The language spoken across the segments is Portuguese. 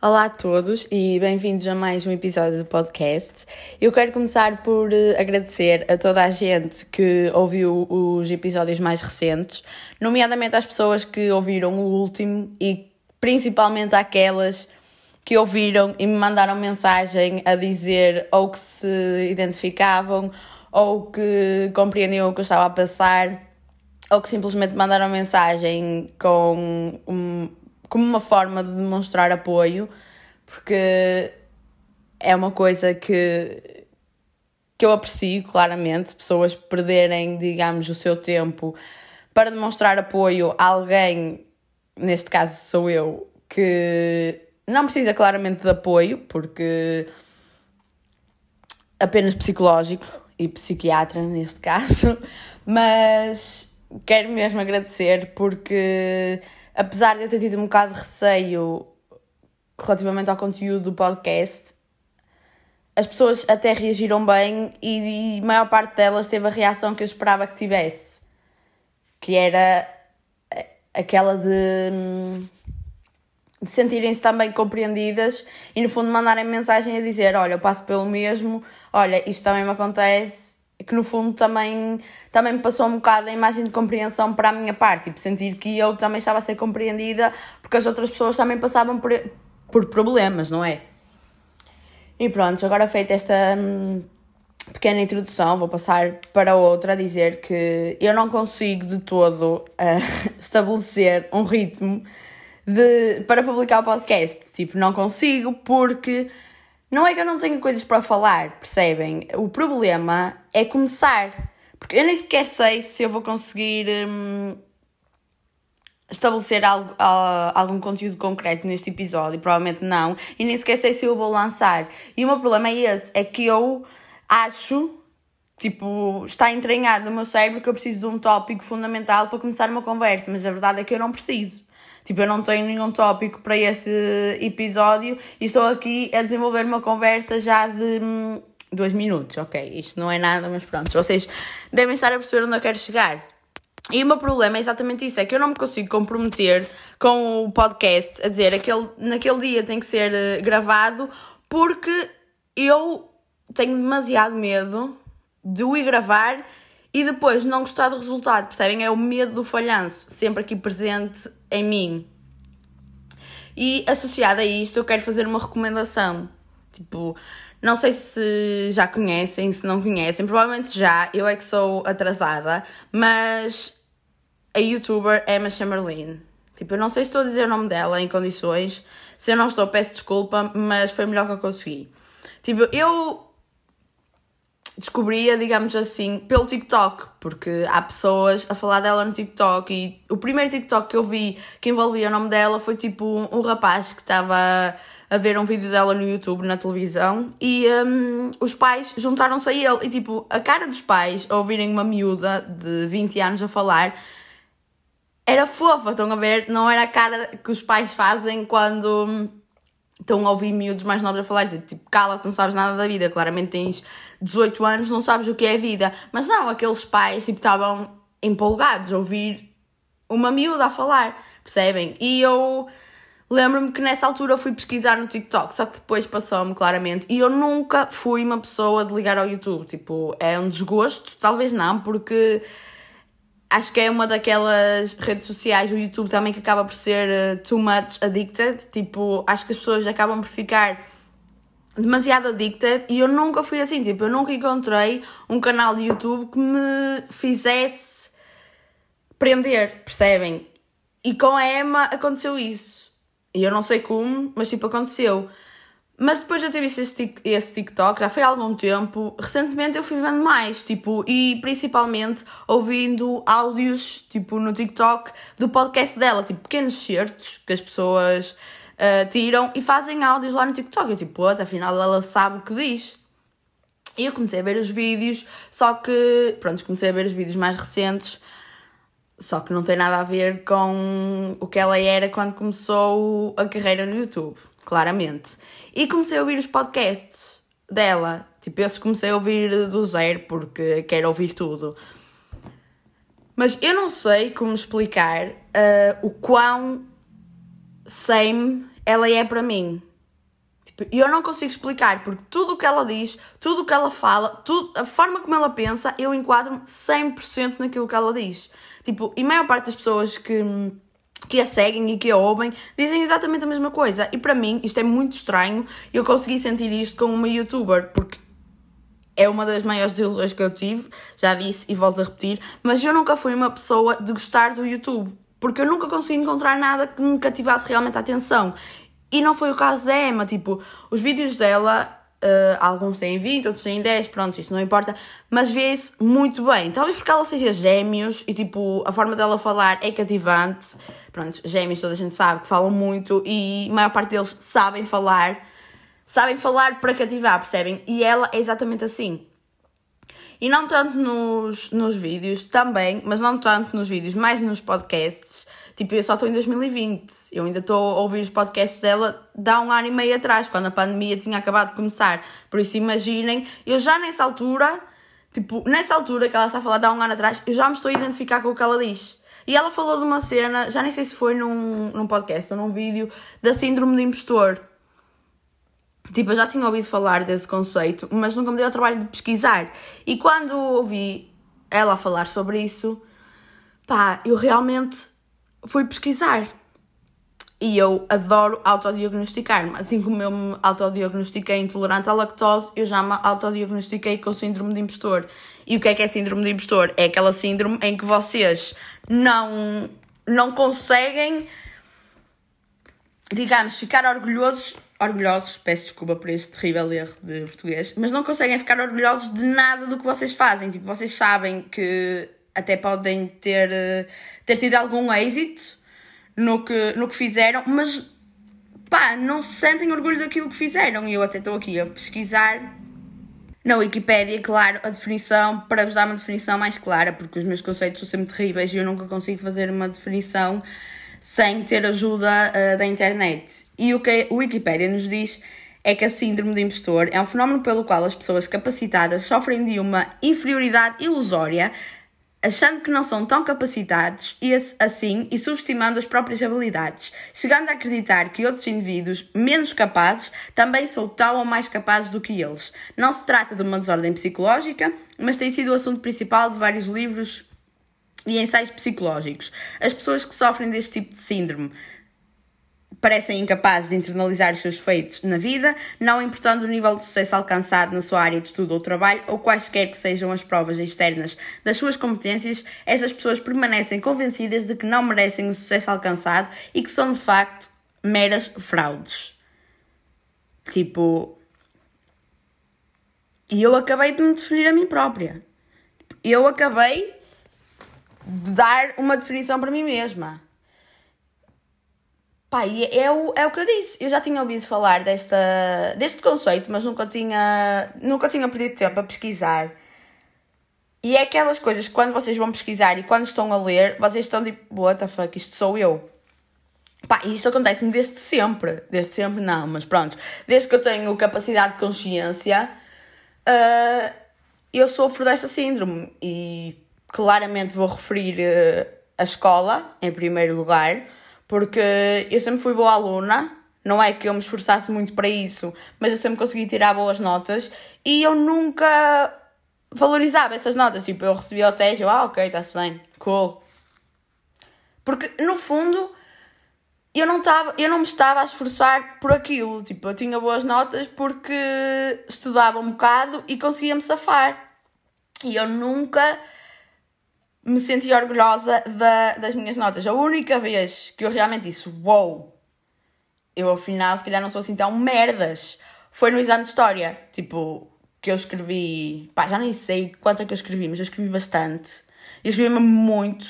Olá a todos e bem-vindos a mais um episódio do podcast. Eu quero começar por agradecer a toda a gente que ouviu os episódios mais recentes, nomeadamente às pessoas que ouviram o último e principalmente àquelas que ouviram e me mandaram mensagem a dizer ou que se identificavam ou que compreendiam o que eu estava a passar ou que simplesmente mandaram mensagem como uma forma de demonstrar apoio, porque é uma coisa que eu aprecio claramente, pessoas perderem, digamos, o seu tempo para demonstrar apoio a alguém, neste caso sou eu, que não precisa claramente de apoio, porque apenas psicológico e psiquiatra neste caso, mas quero mesmo agradecer porque apesar de eu ter tido um bocado de receio relativamente ao conteúdo do podcast, as pessoas até reagiram bem e a maior parte delas teve a reação que eu esperava que tivesse, que era aquela de sentirem-se também compreendidas e no fundo mandarem mensagem a dizer: olha, eu passo pelo mesmo, olha, isto também me acontece, que no fundo também me passou um bocado a imagem de compreensão para a minha parte, tipo, sentir que eu também estava a ser compreendida porque as outras pessoas também passavam por problemas, não é? E pronto, agora feita esta pequena introdução, vou passar para outra a dizer que eu não consigo de todo estabelecer um ritmo para publicar o podcast. Tipo, não consigo porque não é que eu não tenho coisas para falar, percebem? O problema é começar, porque eu nem sequer sei se eu vou conseguir estabelecer algum conteúdo concreto neste episódio, provavelmente não, e nem sequer sei se eu vou lançar. E o meu problema é esse, é que eu acho, tipo, está entranhado no meu cérebro que eu preciso de um tópico fundamental para começar uma conversa, mas a verdade é que eu não preciso. Tipo, eu não tenho nenhum tópico para este episódio e estou aqui a desenvolver uma conversa já de 2 minutos, ok? Isto não é nada, mas pronto, vocês devem estar a perceber onde eu quero chegar. E o meu problema é exatamente isso, é que eu não me consigo comprometer com o podcast a dizer que naquele dia tem que ser gravado porque eu tenho demasiado medo de o ir gravar e depois não gostar do resultado, percebem? É o medo do falhanço, sempre aqui presente em mim. E associado a isto, eu quero fazer uma recomendação. Tipo, não sei se já conhecem, se não conhecem, provavelmente já, eu é que sou atrasada, mas a youtuber Emma Chamberlain. Tipo, eu não sei se estou a dizer o nome dela em condições, se eu não estou, peço desculpa, mas foi o melhor que eu consegui. Tipo, eu descobria, digamos assim, pelo TikTok, porque há pessoas a falar dela no TikTok e o primeiro TikTok que eu vi que envolvia o nome dela foi tipo um rapaz que estava a ver um vídeo dela no YouTube, na televisão, e os pais juntaram-se a ele e tipo, a cara dos pais a ouvirem uma miúda de 20 anos a falar era fofa, estão a ver? Não era a cara que os pais fazem quando estão a ouvir miúdos mais novos a falar, tipo, cala-te, não sabes nada da vida, claramente tens 18 anos, não sabes o que é a vida. Mas não, aqueles pais, tipo, estavam empolgados a ouvir uma miúda a falar, percebem? E eu lembro-me que nessa altura eu fui pesquisar no TikTok, só que depois passou-me claramente, e eu nunca fui uma pessoa de ligar ao YouTube, tipo, é um desgosto, talvez não, porque acho que é uma daquelas redes sociais, o YouTube também, que acaba por ser too much addicted. Tipo, acho que as pessoas acabam por ficar demasiado addicted e eu nunca fui assim. Tipo, eu nunca encontrei um canal de YouTube que me fizesse prender, percebem? E com a Emma aconteceu isso. E eu não sei como, mas tipo, aconteceu. Mas depois de eu ter visto esse TikTok, já foi há algum tempo, recentemente eu fui vendo mais, tipo, e principalmente ouvindo áudios, tipo, no TikTok do podcast dela, tipo, pequenos certos que as pessoas tiram e fazem áudios lá no TikTok. Eu tipo, afinal ela sabe o que diz. E eu comecei a ver os vídeos, só que, pronto, comecei a ver os vídeos mais recentes, só que não tem nada a ver com o que ela era quando começou a carreira no YouTube, claramente. E comecei a ouvir os podcasts dela. Tipo, esses comecei a ouvir do zero, porque quero ouvir tudo. Mas eu não sei como explicar o quão same ela é para mim. E eu não consigo explicar, porque tudo o que ela diz, tudo o que ela fala, a forma como ela pensa, eu enquadro-me 100% naquilo que ela diz. Tipo, e a maior parte das pessoas que a seguem e que a ouvem dizem exatamente a mesma coisa. E para mim, isto é muito estranho. Eu consegui sentir isto com uma youtuber, porque é uma das maiores desilusões que eu tive, já disse e volto a repetir, mas eu nunca fui uma pessoa de gostar do YouTube, porque eu nunca consegui encontrar nada que me cativasse realmente a atenção. E não foi o caso da Emma, tipo, os vídeos dela, alguns têm 20, outros têm 10, pronto, isto não importa, mas vê-se muito bem. Talvez porque ela seja gêmeos e, tipo, a forma dela falar é cativante. Pronto, gêmeos toda a gente sabe que falam muito e a maior parte deles sabem falar para cativar, percebem? E ela é exatamente assim. E não tanto nos vídeos, também, mas não tanto nos vídeos, mais nos podcasts. Tipo, eu só estou em 2020, eu ainda estou a ouvir os podcasts dela de há 1 ano e meio atrás, quando a pandemia tinha acabado de começar. Por isso, imaginem, eu já nessa altura que ela está a falar de há 1 ano atrás, eu já me estou a identificar com o que ela diz. E ela falou de uma cena, já nem sei se foi num podcast ou num vídeo, da síndrome de impostor. Tipo, eu já tinha ouvido falar desse conceito, mas nunca me dei ao trabalho de pesquisar. E quando ouvi ela falar sobre isso, eu realmente fui pesquisar. E eu adoro autodiagnosticar-me. Assim como eu me autodiagnostiquei intolerante à lactose, eu já me autodiagnostiquei com síndrome de impostor. E o que é síndrome de impostor? É aquela síndrome em que vocês não conseguem, digamos, ficar orgulhosos, peço desculpa por este terrível erro de português, mas não conseguem ficar orgulhosos de nada do que vocês fazem. Tipo, vocês sabem que até podem ter tido algum êxito no que fizeram, mas não se sentem orgulho daquilo que fizeram. E eu até estou aqui a pesquisar na Wikipédia, claro, a definição, para vos dar uma definição mais clara, porque os meus conceitos são sempre terríveis e eu nunca consigo fazer uma definição sem ter ajuda da internet. E o que a Wikipédia nos diz é que a síndrome de impostor é um fenómeno pelo qual as pessoas capacitadas sofrem de uma inferioridade ilusória, achando que não são tão capacitados e subestimando as próprias habilidades, chegando a acreditar que outros indivíduos menos capazes também são tão ou mais capazes do que eles. Não se trata de uma desordem psicológica, mas tem sido o assunto principal de vários livros e ensaios psicológicos. As pessoas que sofrem deste tipo de síndrome parecem incapazes de internalizar os seus feitos na vida, não importando o nível de sucesso alcançado na sua área de estudo ou trabalho, ou quaisquer que sejam as provas externas das suas competências. Essas pessoas permanecem convencidas de que não merecem o sucesso alcançado e que são, de facto, meras fraudes. Tipo... E eu acabei de me definir a mim própria. Eu acabei de dar uma definição para mim mesma. E é o que eu disse. Eu já tinha ouvido falar deste conceito, mas nunca tinha perdido tempo a pesquisar. E é aquelas coisas que quando vocês vão pesquisar e quando estão a ler, vocês estão tipo, what the fuck, isto sou eu. E isto acontece-me desde sempre. Desde sempre não, mas pronto. Desde que eu tenho capacidade de consciência, eu sofro desta síndrome. E claramente vou referir a escola, em primeiro lugar, porque eu sempre fui boa aluna, não é que eu me esforçasse muito para isso, mas eu sempre consegui tirar boas notas e eu nunca valorizava essas notas. Tipo, eu recebia o teste, ok, está-se bem, cool. Porque, no fundo, eu não me estava a esforçar por aquilo. Tipo, eu tinha boas notas porque estudava um bocado e conseguia-me safar. E eu nunca me senti orgulhosa das minhas notas. A única vez que eu realmente disse, eu afinal se calhar não sou assim tão merdas, foi no exame de História. Tipo, que eu escrevi, já nem sei quanto é que eu escrevi, mas eu escrevi bastante. Eu escrevi mesmo muito.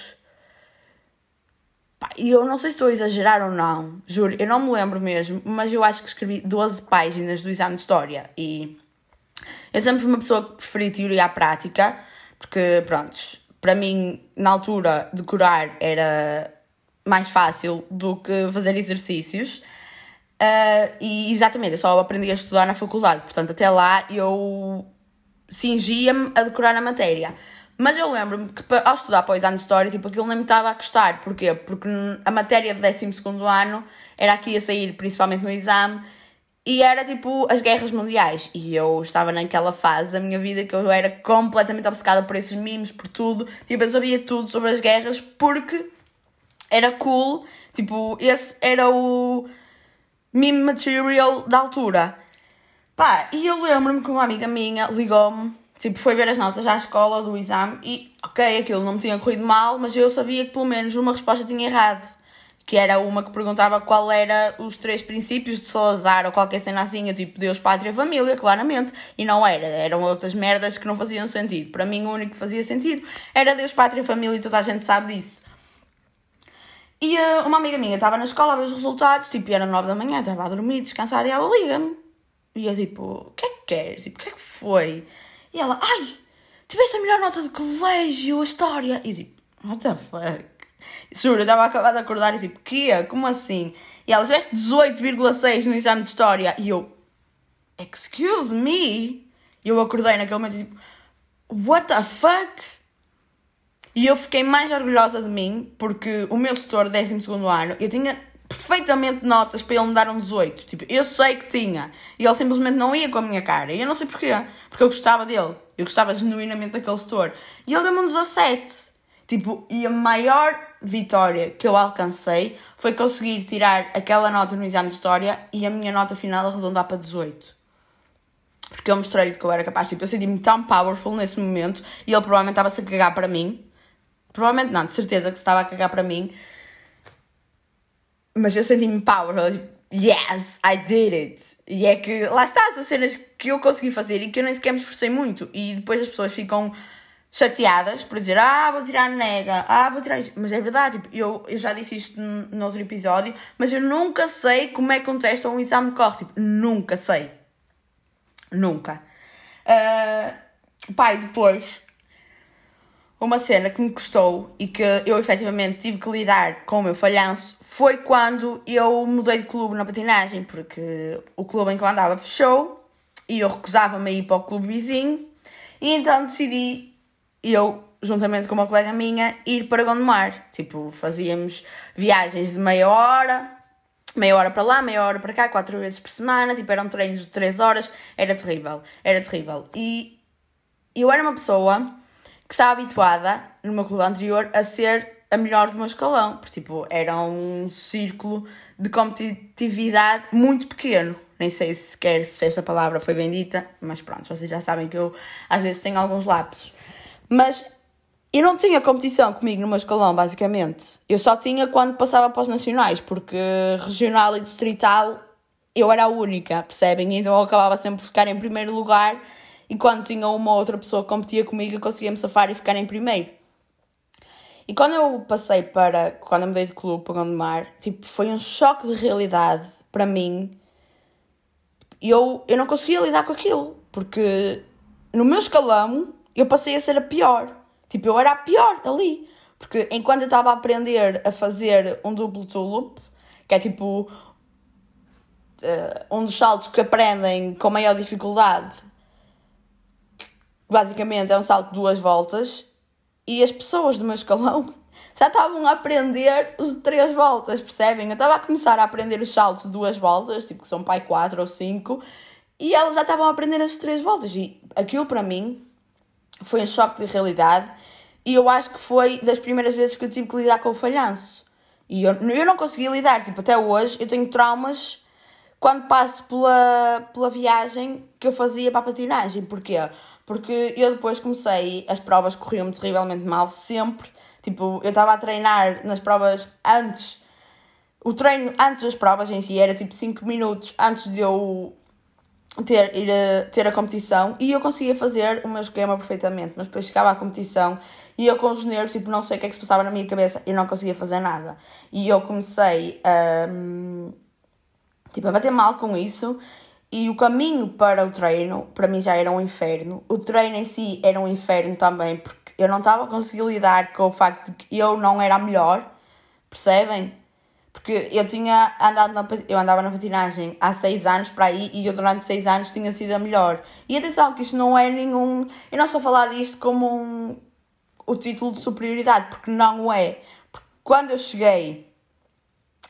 E eu não sei se estou a exagerar ou não, juro, eu não me lembro mesmo, mas eu acho que escrevi 12 páginas do exame de História. E eu sempre fui uma pessoa que preferi teoria à prática, porque, pronto, para mim, na altura, decorar era mais fácil do que fazer exercícios. E exatamente, eu só aprendi a estudar na faculdade. Portanto, até lá eu cingia-me a decorar a matéria. Mas eu lembro-me que ao estudar para o exame de História, tipo, aquilo nem me estava a gostar. Porquê? Porque a matéria de 12º ano era a que ia sair principalmente no exame. E era tipo as guerras mundiais. E eu estava naquela fase da minha vida que eu era completamente obcecada por esses memes, por tudo. Tipo, eu sabia tudo sobre as guerras porque era cool. Tipo, esse era o meme material da altura. Pá, e eu lembro-me que uma amiga minha ligou-me, tipo, foi ver as notas à escola do exame e, ok, aquilo não me tinha corrido mal, mas eu sabia que pelo menos uma resposta tinha errado. Que era uma que perguntava qual era os 3 princípios de Salazar ou qualquer cena assim, tipo Deus, Pátria, Família, claramente. E não era, eram outras merdas que não faziam sentido. Para mim o único que fazia sentido era Deus, Pátria, Família e toda a gente sabe disso. E uma amiga minha estava na escola a ver os resultados, tipo, era 9 da manhã, estava a dormir, descansada, e ela liga-me. E eu tipo, o que é que queres? Tipo, o que é que foi? E ela, ai, tiveste a melhor nota de colégio, a história. E eu tipo, what the fuck? Juro, eu estava a acabar de acordar e tipo, quê? Como assim? E ela, tiveste 18,6 no exame de história. E eu, excuse me? E eu acordei naquele momento e tipo, what the fuck? E eu fiquei mais orgulhosa de mim porque o meu setor, 12º ano, eu tinha perfeitamente notas para ele me dar um 18. Tipo, eu sei que tinha. E ele simplesmente não ia com a minha cara. E eu não sei porquê. Porque eu gostava dele. Eu gostava genuinamente daquele setor. E ele deu-me um 17. Tipo, e a maior vitória que eu alcancei foi conseguir tirar aquela nota no exame de história e a minha nota final arredondar para 18. Porque eu mostrei-lhe que eu era capaz. Tipo, eu senti-me tão powerful nesse momento e ele provavelmente estava-se a cagar para mim. Provavelmente não, de certeza que se estava a cagar para mim. Mas eu senti-me powerful, tipo, yes, I did it. E é que, lá está, as cenas que eu consegui fazer e que eu nem sequer me esforcei muito. E depois as pessoas ficam chateadas por dizer, vou tirar nega, vou tirar isto. Mas é verdade, tipo, eu já disse isto no outro episódio, mas eu nunca sei como é que um teste ou um exame corre. Tipo, nunca sei. Nunca. Pai, depois, uma cena que me custou e que eu efetivamente tive que lidar com o meu falhanço foi quando eu mudei de clube na patinagem, porque o clube em que eu andava fechou e eu recusava-me a ir para o clube vizinho e então decidi, eu, juntamente com uma colega minha, ir para Gondomar. Tipo, fazíamos viagens de meia hora para lá, meia hora para cá, 4 vezes por semana, tipo, eram treinos de 3 horas, era terrível. E eu era uma pessoa que estava habituada, no meu clube anterior, a ser a melhor do meu escalão. Porque, tipo, era um círculo de competitividade muito pequeno. Nem sei sequer se esta palavra foi bem dita, mas pronto, vocês já sabem que eu às vezes tenho alguns lapsos. Mas eu não tinha competição comigo no meu escalão, basicamente. Eu só tinha quando passava para os nacionais, porque regional e distrital eu era a única, percebem? Então eu acabava sempre por ficar em primeiro lugar e quando tinha uma ou outra pessoa que competia comigo eu conseguia-me safar e ficar em primeiro. E quando eu mudei de clube para Gondomar, tipo, foi um choque de realidade para mim. Eu não conseguia lidar com aquilo, porque no meu escalão eu passei a ser a pior. Tipo, eu era a pior ali. Porque enquanto eu estava a aprender a fazer um duplo tulip, que é tipo um dos saltos que aprendem com maior dificuldade, basicamente é um salto de 2 voltas, e as pessoas do meu escalão já estavam a aprender os de 3 voltas, percebem? Eu estava a começar a aprender os saltos de 2 voltas, tipo que são pai 4 ou 5, e elas já estavam a aprender as de 3 voltas, e aquilo para mim foi um choque de realidade, e eu acho que foi das primeiras vezes que eu tive que lidar com o falhanço. E eu não consegui lidar, tipo, até hoje eu tenho traumas quando passo pela viagem que eu fazia para a patinagem. Porquê? Porque eu depois comecei, as provas corriam-me terrivelmente mal, sempre. Tipo, eu estava a treinar nas provas antes. O treino antes das provas em si era tipo 5 minutos antes de eu ter a competição e eu conseguia fazer o meu esquema perfeitamente, mas depois chegava à competição e eu com os nervos, tipo, não sei o que é que se passava na minha cabeça, eu não conseguia fazer nada. E eu comecei a bater mal com isso. E o caminho para o treino, para mim já era um inferno. O treino em si era um inferno também, porque eu não estava a conseguir lidar com o facto de que eu não era a melhor, percebem? Porque eu andava na patinagem há 6 anos para aí e eu durante 6 anos tinha sido a melhor. E atenção que isto não é nenhum... Eu não estou a falar disto como o título de superioridade, porque não é. Porque quando eu cheguei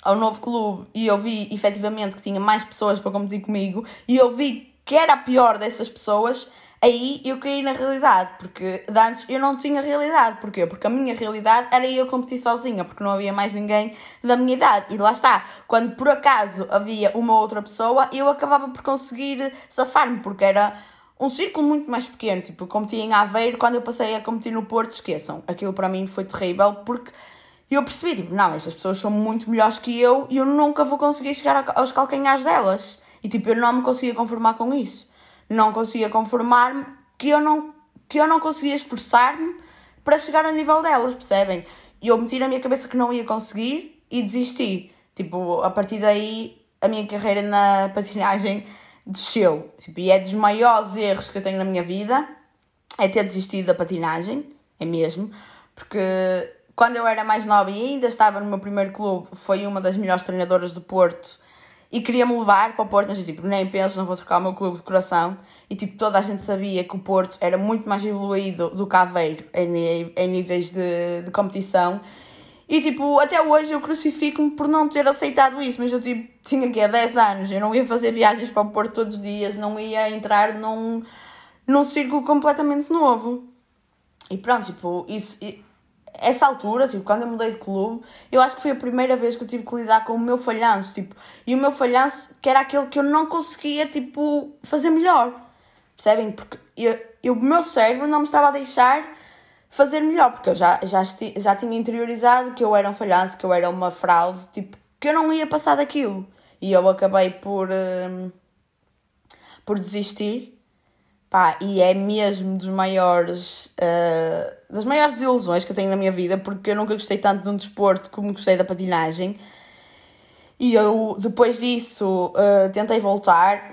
ao novo clube e eu vi efetivamente que tinha mais pessoas para competir comigo e eu vi que era a pior dessas pessoas, aí eu caí na realidade, porque de antes eu não tinha realidade. Porquê? Porque a minha realidade era eu competir sozinha, porque não havia mais ninguém da minha idade. E lá está, quando por acaso havia uma outra pessoa, eu acabava por conseguir safar-me, porque era um círculo muito mais pequeno. Tipo, eu competia em Aveiro, quando eu passei a competir no Porto, esqueçam. Aquilo para mim foi terrível, porque eu percebi, tipo, não, estas pessoas são muito melhores que eu e eu nunca vou conseguir chegar aos calcanhares delas. E tipo, eu não me conseguia conformar com isso. Não conseguia conformar-me que eu não conseguia esforçar-me para chegar ao nível delas, percebem? E eu meti na minha cabeça que não ia conseguir e desisti. Tipo, a partir daí, a minha carreira na patinagem desceu. Tipo, e é dos maiores erros que eu tenho na minha vida, é ter desistido da patinagem, é mesmo. Porque quando eu era mais nova e ainda estava no meu primeiro clube, foi uma das melhores treinadoras do Porto e queria-me levar para o Porto, mas eu tipo, nem penso, não vou trocar o meu clube de coração. E tipo, toda a gente sabia que o Porto era muito mais evoluído do que Aveiro em níveis de competição. E tipo, até hoje eu crucifico-me por não ter aceitado isso, mas eu tipo, tinha aqui há 10 anos, eu não ia fazer viagens para o Porto todos os dias, não ia entrar num círculo completamente novo. E pronto, tipo, isso... Essa altura, tipo, quando eu mudei de clube, eu acho que foi a primeira vez que eu tive que lidar com o meu falhanço, tipo, e o meu falhanço que era aquele que eu não conseguia, tipo, fazer melhor, percebem? Porque o meu cérebro não me estava a deixar fazer melhor, porque eu já tinha interiorizado que eu era um falhanço, que eu era uma fraude, tipo, que eu não ia passar daquilo, e eu acabei por desistir. Pá, e é mesmo das maiores desilusões que eu tenho na minha vida, porque eu nunca gostei tanto de um desporto como gostei da patinagem. E eu, depois disso, tentei voltar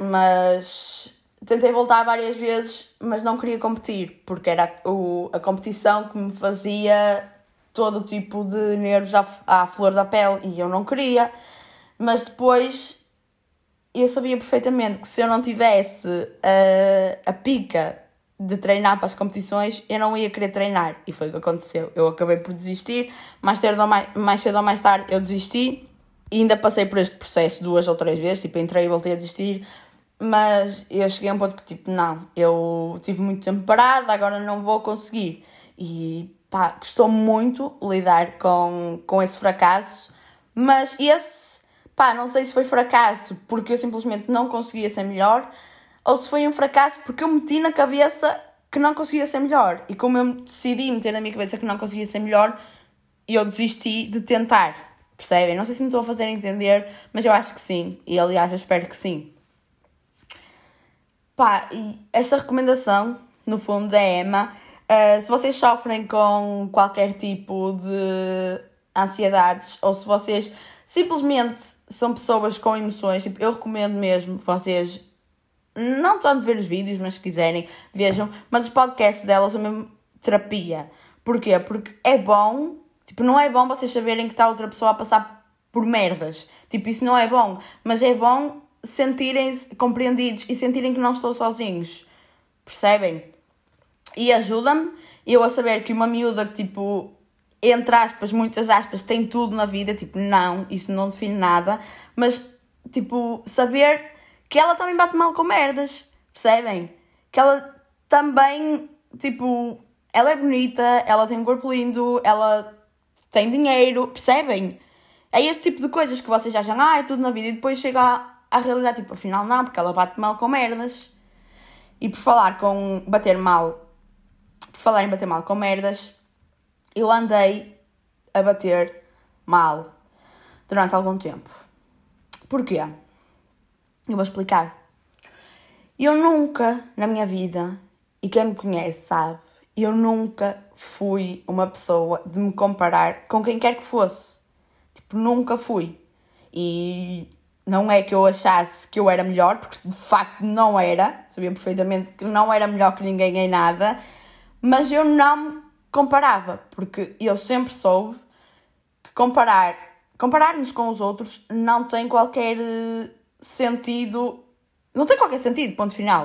várias vezes, mas não queria competir, porque era a competição que me fazia todo tipo de nervos à flor da pele, e eu não queria. Mas depois eu sabia perfeitamente que se eu não tivesse a pica de treinar para as competições, eu não ia querer treinar. E foi o que aconteceu. Eu acabei por desistir. Mais cedo ou mais tarde eu desisti. E ainda passei por este processo 2 ou 3 vezes. Tipo, entrei e voltei a desistir. Mas eu cheguei a um ponto que, tipo, não. Eu tive muito tempo parada, agora não vou conseguir. E, pá, custou muito lidar com esse fracasso. Mas pá, não sei se foi fracasso porque eu simplesmente não conseguia ser melhor ou se foi um fracasso porque eu meti na cabeça que não conseguia ser melhor. E como eu decidi meter na minha cabeça que não conseguia ser melhor, eu desisti de tentar. Percebem? Não sei se me estou a fazer entender, mas eu acho que sim. E aliás, eu espero que sim. Pá, e esta recomendação, no fundo, é Emma. Se vocês sofrem com qualquer tipo de ansiedades ou se vocês simplesmente são pessoas com emoções, tipo, eu recomendo mesmo vocês não tanto ver os vídeos, mas se quiserem, vejam. Mas os podcasts delas são mesmo terapia. Porquê? Porque é bom, tipo, não é bom vocês saberem que está outra pessoa a passar por merdas. Tipo, isso não é bom. Mas é bom sentirem-se compreendidos e sentirem que não estão sozinhos. Percebem? E ajuda-me eu a saber que uma miúda que, tipo, entre aspas, muitas aspas, tem tudo na vida, tipo, não, isso não define nada, mas, tipo, saber que ela também bate mal com merdas, percebem? Que ela também, tipo, ela é bonita, ela tem um corpo lindo, ela tem dinheiro, percebem? É esse tipo de coisas que vocês acham, é tudo na vida, e depois chega à realidade, tipo, afinal não, porque ela bate mal com merdas. E por falar em bater mal com merdas, eu andei a bater mal durante algum tempo. Porquê? Eu vou explicar. Eu nunca, na minha vida, e quem me conhece sabe, eu nunca fui uma pessoa de me comparar com quem quer que fosse. Tipo, nunca fui. E não é que eu achasse que eu era melhor, porque de facto não era. Sabia perfeitamente que não era melhor que ninguém em nada. Mas eu não me comparava, porque eu sempre soube que comparar-nos com os outros não tem qualquer sentido. Não tem qualquer sentido, ponto final.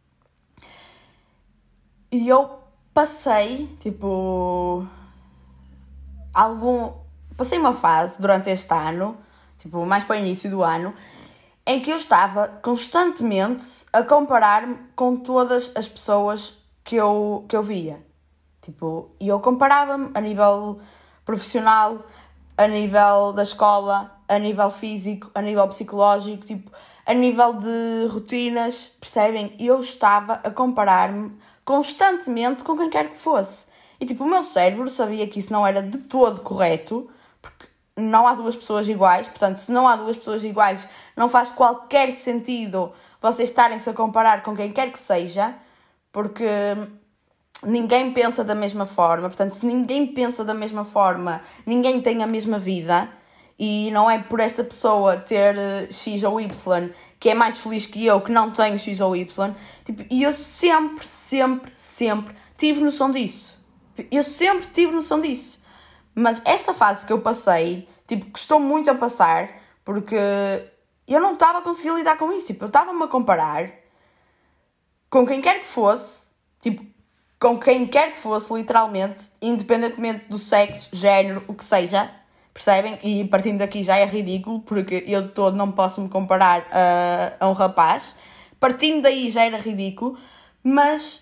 E eu passei, tipo, passei uma fase durante este ano tipo, mais para o início do ano, em que eu estava constantemente a comparar-me com todas as pessoas que eu via. Tipo, e eu comparava-me a nível profissional, a nível da escola, a nível físico, a nível psicológico, tipo, a nível de rotinas, percebem? Eu estava a comparar-me constantemente com quem quer que fosse. E tipo, o meu cérebro sabia que isso não era de todo correto, porque não há duas pessoas iguais, portanto, se não há duas pessoas iguais, não faz qualquer sentido vocês estarem-se a comparar com quem quer que seja, porque ninguém pensa da mesma forma, portanto, se ninguém pensa da mesma forma, ninguém tem a mesma vida, e não é por esta pessoa ter X ou Y que é mais feliz que eu, que não tenho X ou Y, tipo, e eu sempre tive noção disso. Eu sempre tive noção disso. Mas esta fase que eu passei, tipo, que estou muito a passar, porque eu não estava a conseguir lidar com isso, tipo, eu estava-me a comparar com quem quer que fosse, tipo, com quem quer que fosse, literalmente, independentemente do sexo, género, o que seja, percebem? E partindo daqui já é ridículo, porque eu de todo não posso me comparar a um rapaz. Partindo daí já era ridículo, mas,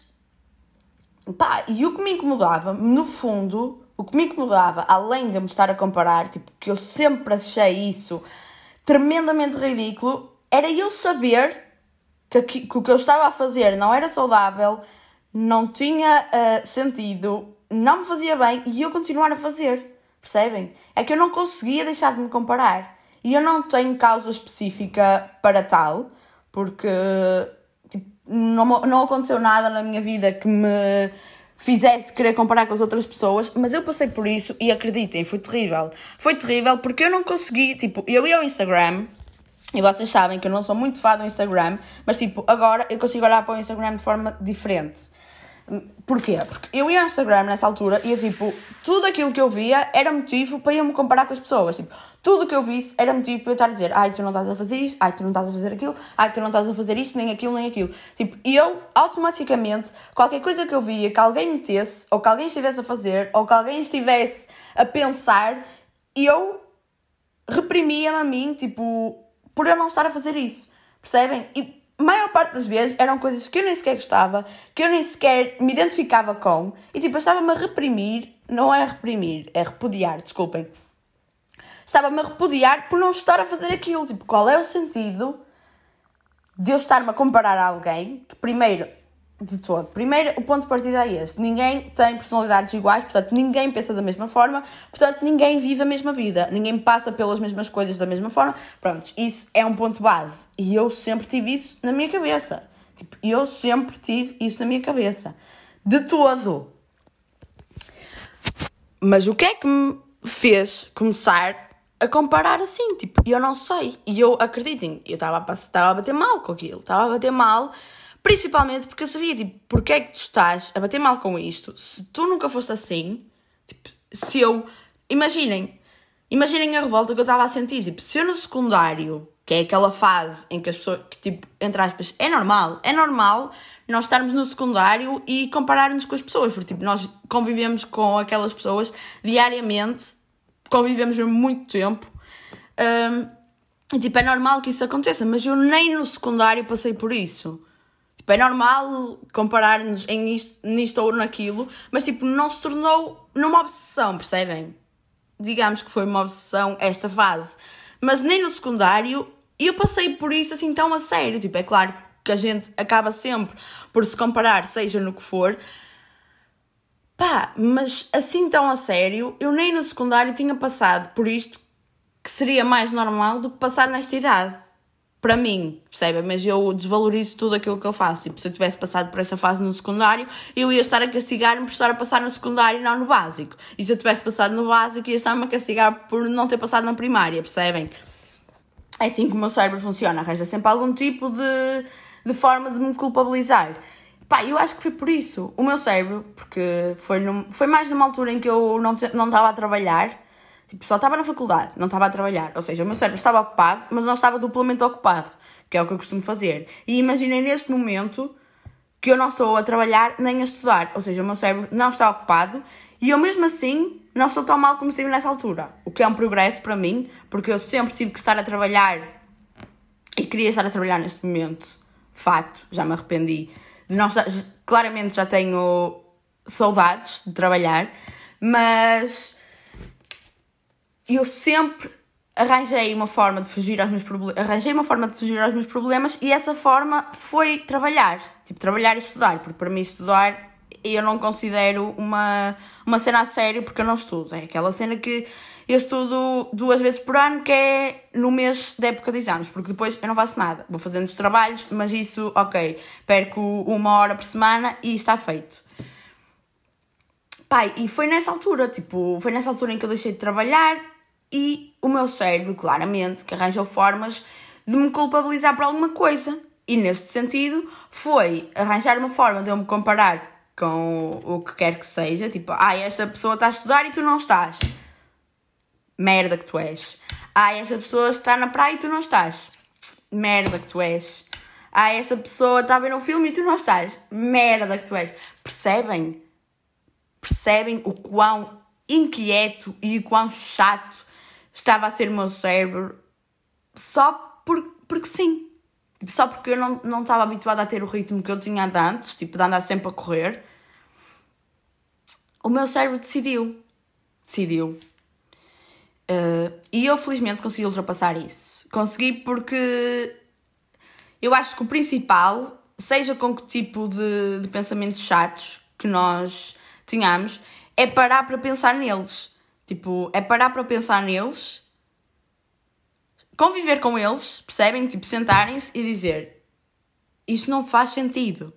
pá, e o que me incomodava, no fundo, o que me incomodava, além de eu me estar a comparar, tipo, que eu sempre achei isso tremendamente ridículo, era eu saber que o que eu estava a fazer não era saudável, não tinha sentido, não me fazia bem e eu continuar a fazer. Percebem? É que eu não conseguia deixar de me comparar. E eu não tenho causa específica para tal, porque tipo, não aconteceu nada na minha vida que me fizesse querer comparar com as outras pessoas, mas eu passei por isso e acreditem, foi terrível. Foi terrível porque eu não consegui, tipo, eu ia ao Instagram, e vocês sabem que eu não sou muito fã do Instagram, mas tipo, agora eu consigo olhar para o Instagram de forma diferente. Porquê? Porque eu ia ao Instagram nessa altura e eu, tipo, tudo aquilo que eu via era motivo para eu me comparar com as pessoas. Tipo, tudo o que eu visse era motivo para eu estar a dizer: ai, tu não estás a fazer isto, ai, tu não estás a fazer aquilo, ai, tu não estás a fazer isto, nem aquilo, nem aquilo. Tipo, eu, automaticamente, qualquer coisa que eu via que alguém metesse, ou que alguém estivesse a fazer, ou que alguém estivesse a pensar, eu reprimia-me a mim, tipo, por eu não estar a fazer isso. Percebem? E a maior parte das vezes eram coisas que eu nem sequer gostava, que eu nem sequer me identificava com, e tipo, eu estava-me a reprimir, não é reprimir, é repudiar, desculpem. Estava-me a repudiar por não estar a fazer aquilo. Tipo, qual é o sentido de eu estar-me a comparar a alguém que, primeiro, o ponto de partida é este: ninguém tem personalidades iguais, portanto, ninguém pensa da mesma forma, portanto, ninguém vive a mesma vida, ninguém passa pelas mesmas coisas da mesma forma. Pronto, isso é um ponto base. E eu sempre tive isso na minha cabeça. Tipo, eu sempre tive isso na minha cabeça. De todo. Mas o que é que me fez começar a comparar assim? Tipo, eu não sei. E eu, acreditem, eu estava a bater mal com aquilo. Estava a bater mal, principalmente porque eu sabia, tipo, porque é que tu estás a bater mal com isto? Se tu nunca foste assim, tipo, se eu... Imaginem a revolta que eu estava a sentir. Tipo, se eu no secundário, que é aquela fase em que as pessoas, que tipo, entre aspas, é normal nós estarmos no secundário e comparar-nos com as pessoas, porque tipo, nós convivemos com aquelas pessoas diariamente, convivemos muito tempo, e tipo, é normal que isso aconteça, mas eu nem no secundário passei por isso. Tipo, é normal comparar-nos nisto ou naquilo, mas tipo, não se tornou numa obsessão, percebem? Digamos que foi uma obsessão esta fase. Mas nem no secundário eu passei por isso assim tão a sério. Tipo, é claro que a gente acaba sempre por se comparar, seja no que for. Pá, mas assim tão a sério, eu nem no secundário tinha passado por isto, que seria mais normal do que passar nesta idade. Para mim, percebem? Mas eu desvalorizo tudo aquilo que eu faço. Tipo, se eu tivesse passado por essa fase no secundário, eu ia estar a castigar-me por estar a passar no secundário e não no básico. E se eu tivesse passado no básico, ia estar-me a castigar por não ter passado na primária, percebem? É assim que o meu cérebro funciona. Arranja sempre algum tipo de forma de me culpabilizar. Pá, eu acho que foi por isso. O meu cérebro, porque foi mais numa altura em que eu não estava a trabalhar. Tipo, só estava na faculdade, não estava a trabalhar. Ou seja, o meu cérebro estava ocupado, mas não estava duplamente ocupado, que é o que eu costumo fazer. E imaginei neste momento que eu não estou a trabalhar nem a estudar. Ou seja, o meu cérebro não está ocupado E eu mesmo assim não sou tão mal como estive nessa altura. O que é um progresso para mim, porque eu sempre tive que estar a trabalhar e queria estar a trabalhar neste momento. De facto, já me arrependi. Claramente já tenho saudades de trabalhar, mas eu sempre arranjei uma forma de fugir aos meus problemas e essa forma foi trabalhar. Tipo, trabalhar e estudar, porque para mim estudar eu não considero uma cena a sério porque eu não estudo. É aquela cena que eu estudo 2 vezes por ano, que é no mês da época de exames, porque depois eu não faço nada. Vou fazendo os trabalhos, mas isso, ok, perco 1 hora por semana e está feito. Pai, e foi nessa altura em que eu deixei de trabalhar e o meu cérebro, claramente, que arranjou formas de me culpabilizar por alguma coisa. E neste sentido, foi arranjar uma forma de eu me comparar com o que quer que seja, tipo, esta pessoa está a estudar e tu não estás. Merda que tu és. Esta pessoa está na praia e tu não estás. Merda que tu és. Esta pessoa está a ver um filme e tu não estás. Merda que tu és. Percebem? Percebem o quão inquieto e o quão chato estava a ser o meu cérebro só porque sim. Só porque eu não estava habituada a ter o ritmo que eu tinha de antes, tipo, de andar sempre a correr. O meu cérebro decidiu. E eu, felizmente, consegui ultrapassar isso. Consegui porque eu acho que o principal, seja com que tipo de pensamentos chatos que nós tenhamos, é parar para pensar neles. Tipo, é parar para pensar neles, conviver com eles, percebem? Tipo, sentarem-se e dizer: isto não faz sentido.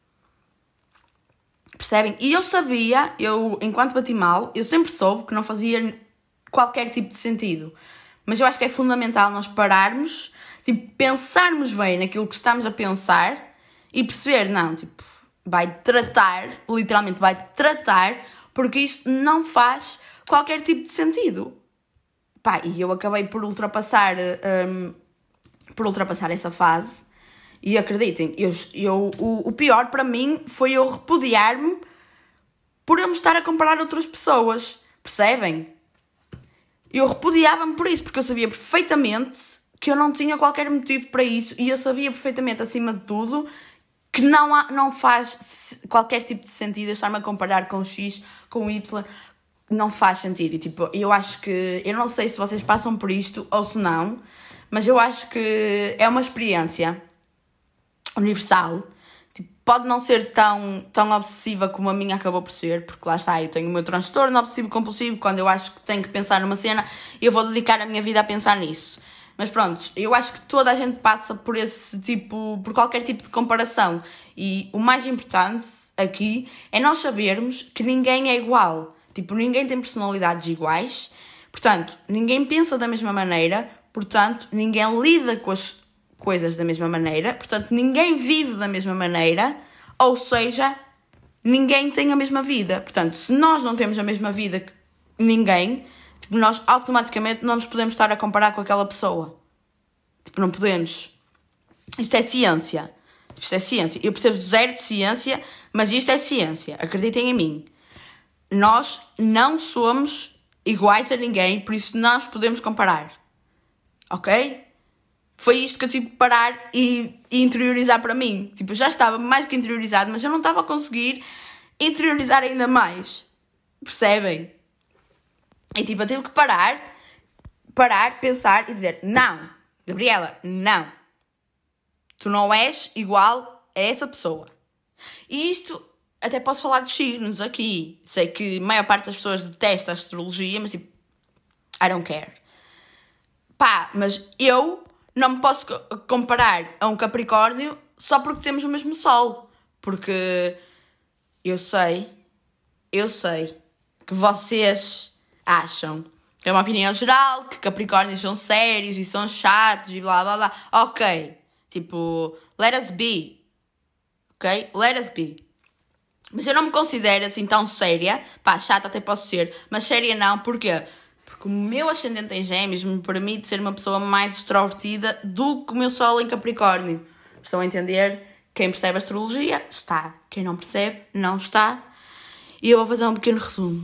Percebem? E eu enquanto bati mal, eu sempre soube que não fazia qualquer tipo de sentido. Mas eu acho que é fundamental nós pararmos, tipo, pensarmos bem naquilo que estamos a pensar e perceber, não, tipo, literalmente vai tratar, porque isto não faz qualquer tipo de sentido. E eu acabei por ultrapassar essa fase. E acreditem, o pior para mim foi eu repudiar-me por eu me estar a comparar a outras pessoas. Percebem? Eu repudiava-me por isso, porque eu sabia perfeitamente que eu não tinha qualquer motivo para isso e eu sabia perfeitamente, acima de tudo, que não faz qualquer tipo de sentido eu estar-me a comparar com X, com Y. Não faz sentido. E, tipo, eu acho que... Eu não sei se vocês passam por isto ou se não, mas eu acho que é uma experiência universal. Tipo, pode não ser tão obsessiva como a minha acabou por ser, porque lá está, eu tenho o meu transtorno obsessivo-compulsivo. Quando eu acho que tenho que pensar numa cena, eu vou dedicar a minha vida a pensar nisso. Mas pronto, eu acho que toda a gente passa por por qualquer tipo de comparação. E o mais importante aqui é nós sabermos que ninguém é igual. Tipo, ninguém tem personalidades iguais. Portanto, ninguém pensa da mesma maneira. Portanto, ninguém lida com as coisas da mesma maneira. Portanto, ninguém vive da mesma maneira. Ou seja, ninguém tem a mesma vida. Portanto, se nós não temos a mesma vida que ninguém, tipo, nós automaticamente não nos podemos estar a comparar com aquela pessoa. Tipo, não podemos. Isto é ciência. Isto é ciência. Eu percebo zero de ciência, mas isto é ciência. Acreditem em mim. Nós não somos iguais a ninguém, por isso nós podemos comparar. Ok? Foi isto que eu tive que parar e interiorizar para mim. Tipo, eu já estava mais que interiorizado, mas eu não estava a conseguir interiorizar ainda mais. Percebem? E tipo, eu tive que parar, pensar e dizer: não, Gabriela, não. Tu não és igual a essa pessoa. E isto, até posso falar de signos aqui. Sei que a maior parte das pessoas detesta a astrologia, mas tipo, I don't care. Mas eu não me posso comparar a um Capricórnio só porque temos o mesmo Sol. Porque eu sei que vocês acham, que é uma opinião geral, que Capricórnios são sérios e são chatos e blá blá blá. Ok, tipo, let us be. Ok? Let us be. Mas eu não me considero assim tão séria. Chata até posso ser, mas séria não. Porquê? Porque o meu ascendente em Gêmeos me permite ser uma pessoa mais extrovertida do que o meu Sol em Capricórnio. Estão a entender? Quem percebe astrologia, está. Quem não percebe, não está. E eu vou fazer um pequeno resumo.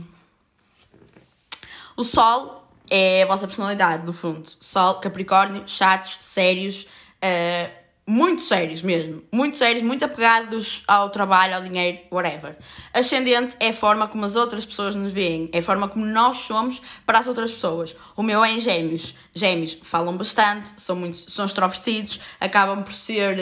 O Sol é a vossa personalidade, no fundo. Sol, Capricórnio, chatos, sérios, muito sérios mesmo. Muito sérios, muito apegados ao trabalho, ao dinheiro, whatever. Ascendente é a forma como as outras pessoas nos veem. É a forma como nós somos para as outras pessoas. O meu é em Gêmeos. Gêmeos falam bastante, são extrovertidos, acabam por ser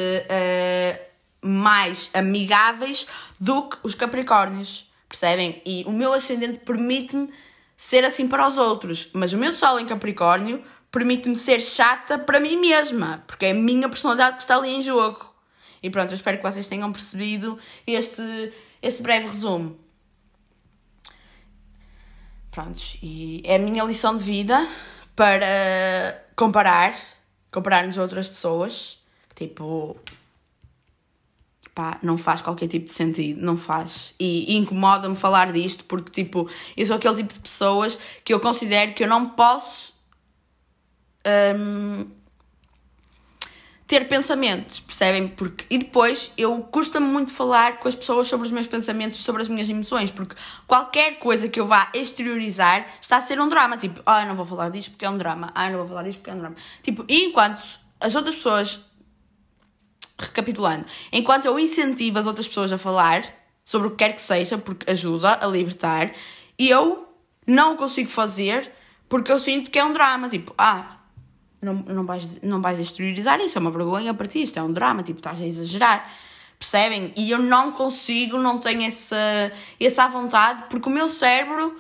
mais amigáveis do que os Capricórnios. Percebem? E o meu ascendente permite-me ser assim para os outros. Mas o meu Sol em Capricórnio permite-me ser chata para mim mesma, porque é a minha personalidade que está ali em jogo. E pronto, eu espero que vocês tenham percebido este breve resumo. Prontos, e é a minha lição de vida para comparar-nos a outras pessoas. Tipo, pá, não faz qualquer tipo de sentido, não faz. E incomoda-me falar disto, porque tipo, eu sou aquele tipo de pessoas que eu considero que eu não posso ter pensamentos, percebem? E depois custa-me muito falar com as pessoas sobre os meus pensamentos, sobre as minhas emoções, porque qualquer coisa que eu vá exteriorizar está a ser um drama, tipo, eu não vou falar disto porque é um drama, eu não vou falar disto porque é um drama. Tipo, e enquanto as outras pessoas, recapitulando, enquanto eu incentivo as outras pessoas a falar sobre o que quer que seja, porque ajuda a libertar, eu não o consigo fazer porque eu sinto que é um drama, tipo, não vais exteriorizar isso, é uma vergonha para ti, isto é um drama, tipo, estás a exagerar, percebem? E eu não consigo, não tenho essa vontade, porque o meu cérebro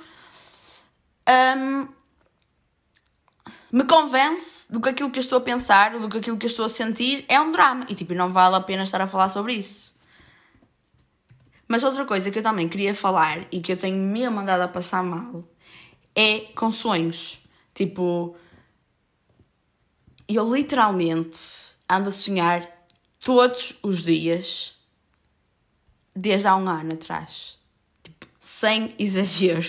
me convence do que aquilo que eu estou a pensar, do que aquilo que eu estou a sentir é um drama, e tipo, não vale a pena estar a falar sobre isso. Mas outra coisa que eu também queria falar, e que eu tenho mesmo andado a passar mal, é com sonhos. Tipo, eu literalmente ando a sonhar todos os dias desde há um ano atrás. Tipo, sem exagero.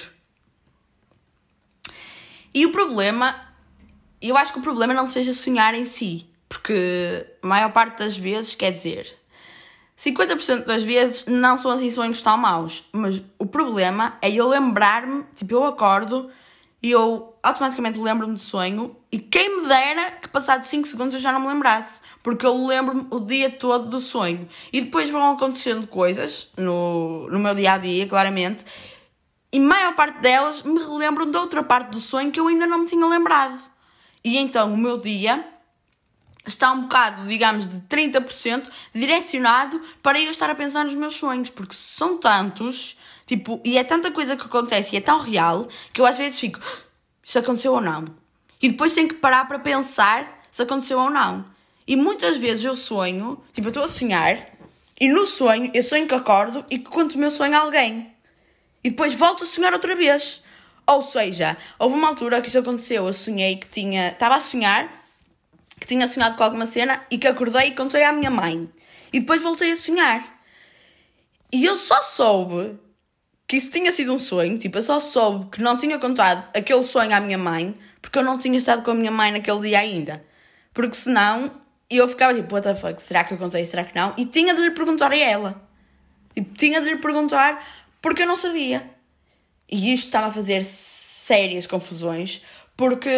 E o problema, eu acho que o problema não seja sonhar em si, porque a maior parte das vezes, quer dizer, 50% das vezes não são assim sonhos tão maus, mas o problema é eu lembrar-me, tipo, eu acordo e eu automaticamente lembro-me do sonho e quem me dera que passado 5 segundos eu já não me lembrasse, porque eu lembro-me o dia todo do sonho. E depois vão acontecendo coisas no meu dia-a-dia, claramente, e a maior parte delas me relembram de outra parte do sonho que eu ainda não me tinha lembrado. E então o meu dia está um bocado, digamos, de 30% direcionado para eu estar a pensar nos meus sonhos, porque são tantos, tipo, e é tanta coisa que acontece e é tão real que eu às vezes fico, isto aconteceu ou não? E depois tenho que parar para pensar se aconteceu ou não. E muitas vezes eu sonho, tipo, eu estou a sonhar e no sonho eu sonho que acordo e que conto o meu sonho a alguém. E depois volto a sonhar outra vez. Ou seja, houve uma altura que isso aconteceu, eu sonhei que estava a sonhar, que tinha sonhado com alguma cena e que acordei e contei à minha mãe. E depois voltei a sonhar. E eu só soube que isso tinha sido um sonho, tipo, eu só soube que não tinha contado aquele sonho à minha mãe porque eu não tinha estado com a minha mãe naquele dia ainda. Porque senão eu ficava tipo, what the fuck, será que eu contei, será que não? E tinha de lhe perguntar a ela. E tinha de lhe perguntar porque eu não sabia. E isto estava a fazer sérias confusões porque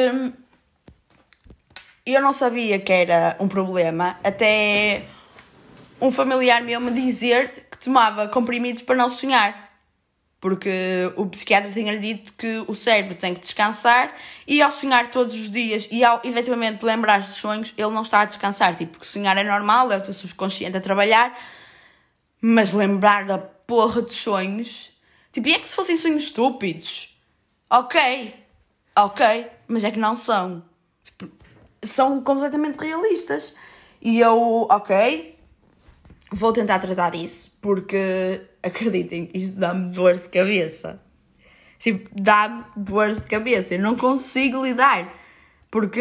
eu não sabia que era um problema até um familiar meu me dizer que tomava comprimidos para não sonhar. Porque o psiquiatra tinha-lhe dito que o cérebro tem que descansar e ao sonhar todos os dias e ao efetivamente lembrar dos sonhos, ele não está a descansar. Tipo, porque sonhar é normal, é o teu subconsciente a trabalhar, mas lembrar da porra dos sonhos... Tipo, e é que se fossem sonhos estúpidos? Ok, mas é que não são. Tipo, são completamente realistas. E eu, vou tentar tratar disso, porque, acreditem, isto dá-me dores de cabeça. Tipo, dá-me dores de cabeça. Eu não consigo lidar, porque...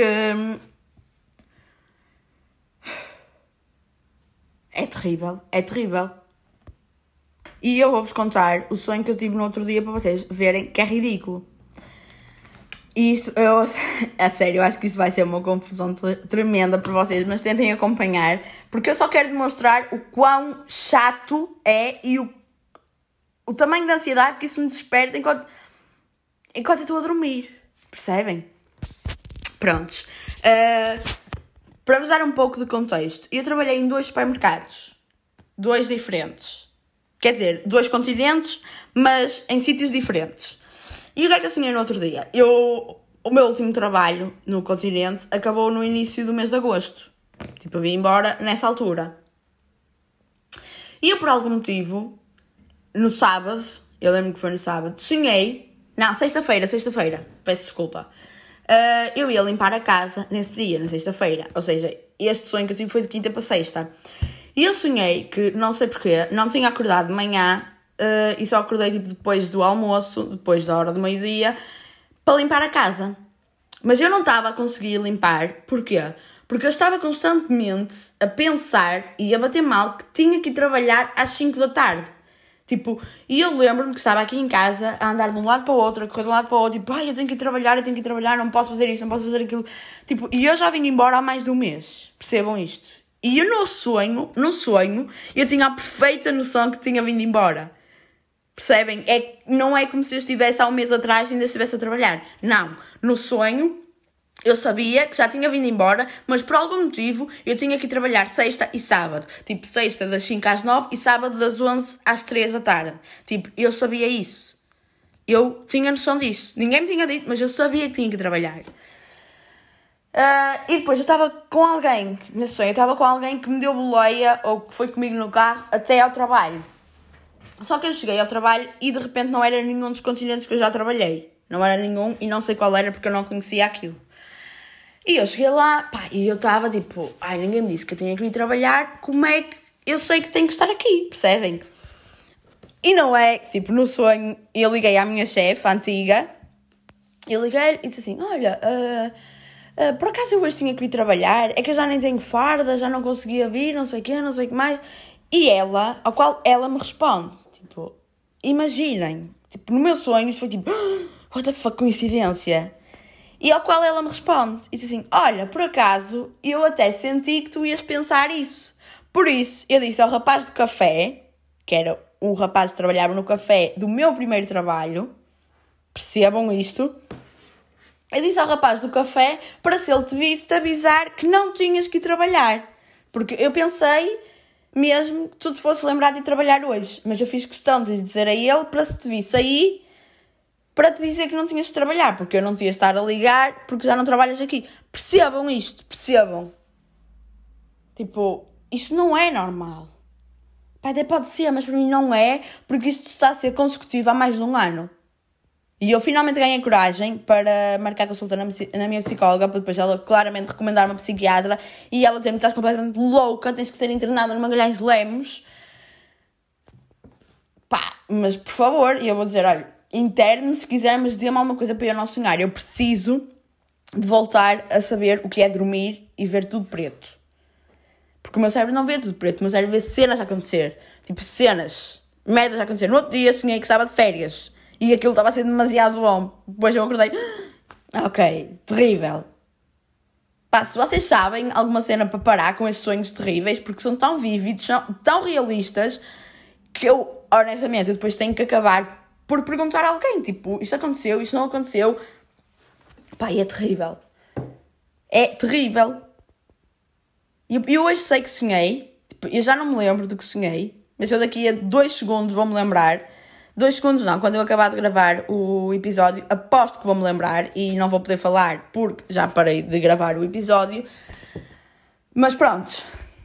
é terrível. E eu vou-vos contar o sonho que eu tive no outro dia para vocês verem que é ridículo. E isto, a sério, eu acho que isso vai ser uma confusão tremenda para vocês, mas tentem acompanhar, porque eu só quero demonstrar o quão chato é e o tamanho da ansiedade que isso me desperta enquanto eu estou a dormir. Percebem? Prontos. Para vos dar um pouco de contexto, eu trabalhei em 2 supermercados. 2 diferentes. Quer dizer, 2 continentes, mas em sítios diferentes. E o que é que eu sonhei no outro dia? O meu último trabalho no continente acabou no início do mês de agosto. Tipo, eu vim embora nessa altura. E eu, por algum motivo, no sábado, eu lembro que foi no sábado, sonhei... Não, sexta-feira, peço desculpa. Eu ia limpar a casa nesse dia, na sexta-feira. Ou seja, este sonho que eu tive foi de quinta para sexta. E eu sonhei que, não sei porquê, não tinha acordado de manhã e só acordei tipo, depois do almoço, depois da hora do meio-dia, para limpar a casa. Mas eu não estava a conseguir limpar. Porquê? Porque eu estava constantemente a pensar e a bater mal que tinha que ir trabalhar às 5 da tarde. Tipo, e eu lembro-me que estava aqui em casa a andar de um lado para o outro, a correr de um lado para o outro, tipo, eu tenho que ir trabalhar, não posso fazer isto, não posso fazer aquilo. Tipo, e eu já vim embora há mais de um mês. Percebam isto. E eu no sonho, eu tinha a perfeita noção que tinha vindo embora. Percebem? Não é como se eu estivesse há um mês atrás e ainda estivesse a trabalhar. Não. No sonho, eu sabia que já tinha vindo embora, mas por algum motivo eu tinha que ir trabalhar sexta e sábado. Tipo, sexta das 5 às 9 e sábado das 11 às 3 da tarde. Tipo, eu sabia isso. Eu tinha noção disso. Ninguém me tinha dito, mas eu sabia que tinha que trabalhar. E depois eu estava com alguém, nesse sonho, eu estava com alguém que me deu boleia ou que foi comigo no carro até ao trabalho. Só que eu cheguei ao trabalho e de repente não era nenhum dos continentes que eu já trabalhei. Não era nenhum e não sei qual era porque eu não conhecia aquilo. E eu cheguei lá, e eu estava tipo, ninguém me disse que eu tinha que ir trabalhar, como é que eu sei que tenho que estar aqui, percebem? E não é, tipo, no sonho eu liguei à minha chefe, antiga, eu liguei e disse assim, olha, por acaso eu hoje tinha que ir trabalhar, é que eu já nem tenho farda, já não conseguia vir, não sei o quê, não sei o que mais. E ela, ao qual ela me responde, tipo, imaginem, tipo, no meu sonho isso foi tipo, what the fuck, coincidência. E ao qual ela me responde, e diz assim, olha, por acaso, eu até senti que tu ias pensar isso. Por isso, eu disse ao rapaz do café, que era o rapaz que trabalhava no café do meu primeiro trabalho, percebam isto, eu disse ao rapaz do café para se ele te visse te avisar que não tinhas que ir trabalhar. Porque eu pensei mesmo que tu te fosse lembrar de ir trabalhar hoje. Mas eu fiz questão de lhe dizer a ele para se te visse aí para te dizer que não tinhas de trabalhar. Porque eu não te ia estar a ligar porque já não trabalhas aqui. Percebam isto, percebam. Tipo, isto não é normal. Até pode ser, mas para mim não é, porque isto está a ser consecutivo há mais de um ano. E eu finalmente ganhei coragem para marcar consulta na minha psicóloga, para depois ela claramente recomendar uma psiquiatra e ela dizer-me que estás completamente louca, tens que ser internada no Magalhães Lemos. Mas por favor, e eu vou dizer, olha, interne-me se quiser, mas dê-me alguma coisa para eu não sonhar. Eu preciso de voltar a saber o que é dormir e ver tudo preto. Porque o meu cérebro não vê tudo preto, o meu cérebro vê cenas a acontecer. Tipo, cenas, merdas a acontecer. No outro dia sonhei que estava de férias. E aquilo estava a ser demasiado bom. Depois eu acordei. Ok, terrível. Se vocês sabem alguma cena para parar com esses sonhos terríveis, porque são tão vívidos, são tão realistas, que eu, honestamente, eu depois tenho que acabar por perguntar a alguém. Tipo, isto aconteceu, isto não aconteceu. E é terrível. É terrível. Eu hoje sei que sonhei. Tipo, eu já não me lembro do que sonhei. Mas eu daqui a 2 segundos vou-me lembrar. 2 segundos não, quando eu acabar de gravar o episódio, aposto que vou-me lembrar e não vou poder falar porque já parei de gravar o episódio. Mas pronto.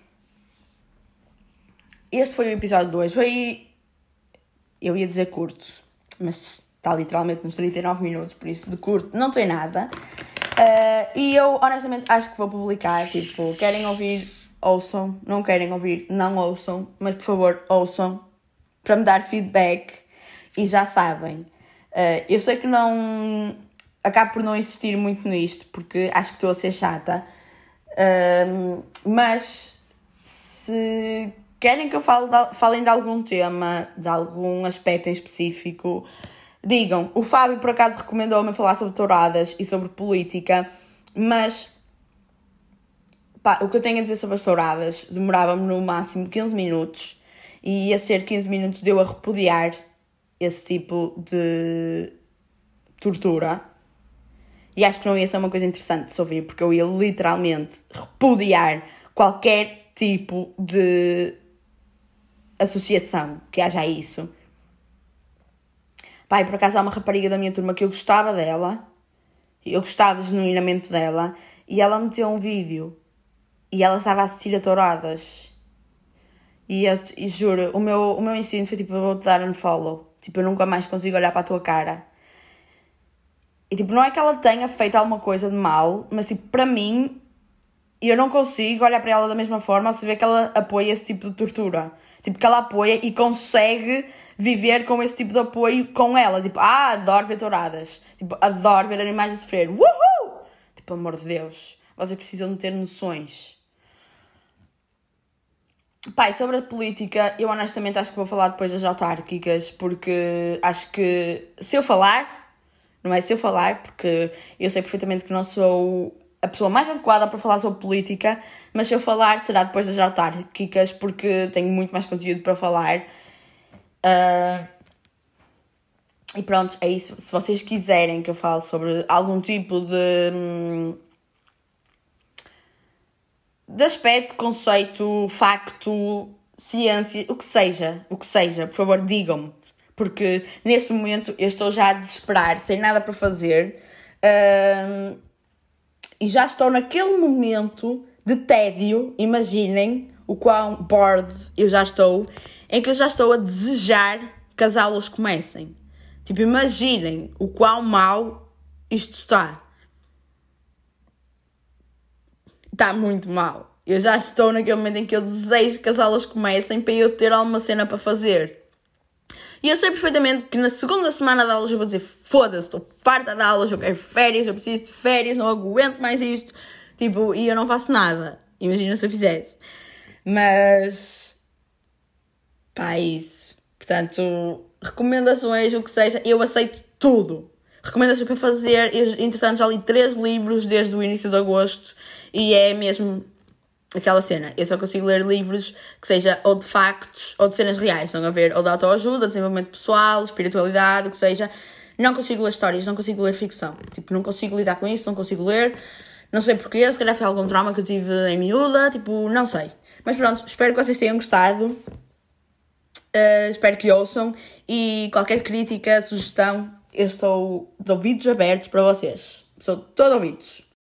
Este foi o episódio 2. Eu ia dizer curto, mas está literalmente nos 39 minutos, por isso de curto não tem nada. E eu honestamente acho que vou publicar, tipo, querem ouvir, ouçam, não querem ouvir, não ouçam, mas por favor ouçam, para me dar feedback. E já sabem, eu sei que não acabo por não insistir muito nisto, porque acho que estou a ser chata, mas se querem que eu falem de algum tema, de algum aspecto em específico, digam. O Fábio por acaso recomendou-me a falar sobre touradas e sobre política, mas o que eu tenho a dizer sobre as touradas demorava-me no máximo 15 minutos e ia ser 15 minutos de eu a repudiar esse tipo de tortura. E acho que não ia ser uma coisa interessante de se ouvir, porque eu ia literalmente repudiar qualquer tipo de associação que haja a isso. Pai, por acaso há uma rapariga da minha turma que eu gostava dela, eu gostava genuinamente dela, e ela meteu um vídeo e ela estava a assistir a touradas. E juro, o meu instinto foi tipo, eu vou-te dar unfollow. Tipo, eu nunca mais consigo olhar para a tua cara. E tipo, não é que ela tenha feito alguma coisa de mal, mas tipo, para mim, eu não consigo olhar para ela da mesma forma ao saber que ela apoia esse tipo de tortura. Tipo, que ela apoia e consegue viver com esse tipo de apoio com ela. Tipo, adoro ver touradas. Tipo, adoro ver animais a sofrer. Uhul! Tipo, pelo amor de Deus. Vocês precisam de ter noções. Pai, sobre a política, eu honestamente acho que vou falar depois das autárquicas, porque acho que se eu falar, não é se eu falar, porque eu sei perfeitamente que não sou a pessoa mais adequada para falar sobre política, mas se eu falar será depois das autárquicas, porque tenho muito mais conteúdo para falar. E pronto, é isso. Se vocês quiserem que eu fale sobre algum tipo de aspecto, conceito, facto, ciência, o que seja, por favor, digam-me. Porque neste momento eu estou já a desesperar, sem nada para fazer, e já estou naquele momento de tédio, imaginem o quão bored eu já estou, em que eu já estou a desejar que as aulas comecem. Tipo, imaginem o quão mal isto está. Está muito mal. Eu já estou naquele momento em que eu desejo que as aulas comecem para eu ter alguma cena para fazer. E eu sei perfeitamente que na segunda semana de aulas eu vou dizer foda-se, estou farta de aulas, eu quero férias, eu preciso de férias, não aguento mais isto. Tipo, e eu não faço nada. Imagina se eu fizesse. Mas... pá, é isso. Portanto, recomendações, o que seja, eu aceito tudo. Recomendações para fazer. Eu, entretanto, já li 3 livros desde o início de agosto e é mesmo aquela cena. Eu só consigo ler livros que seja ou de factos ou de cenas reais. Estão a ver? Ou de autoajuda, desenvolvimento pessoal, espiritualidade, o que seja. Não consigo ler histórias, não consigo ler ficção. Tipo, não consigo lidar com isso, não consigo ler. Não sei porquê, se calhar foi algum trauma que eu tive em miúda. Tipo, não sei. Mas pronto, espero que vocês tenham gostado. Espero que ouçam. E qualquer crítica, sugestão, eu estou de ouvidos abertos para vocês. Sou todo ouvidos.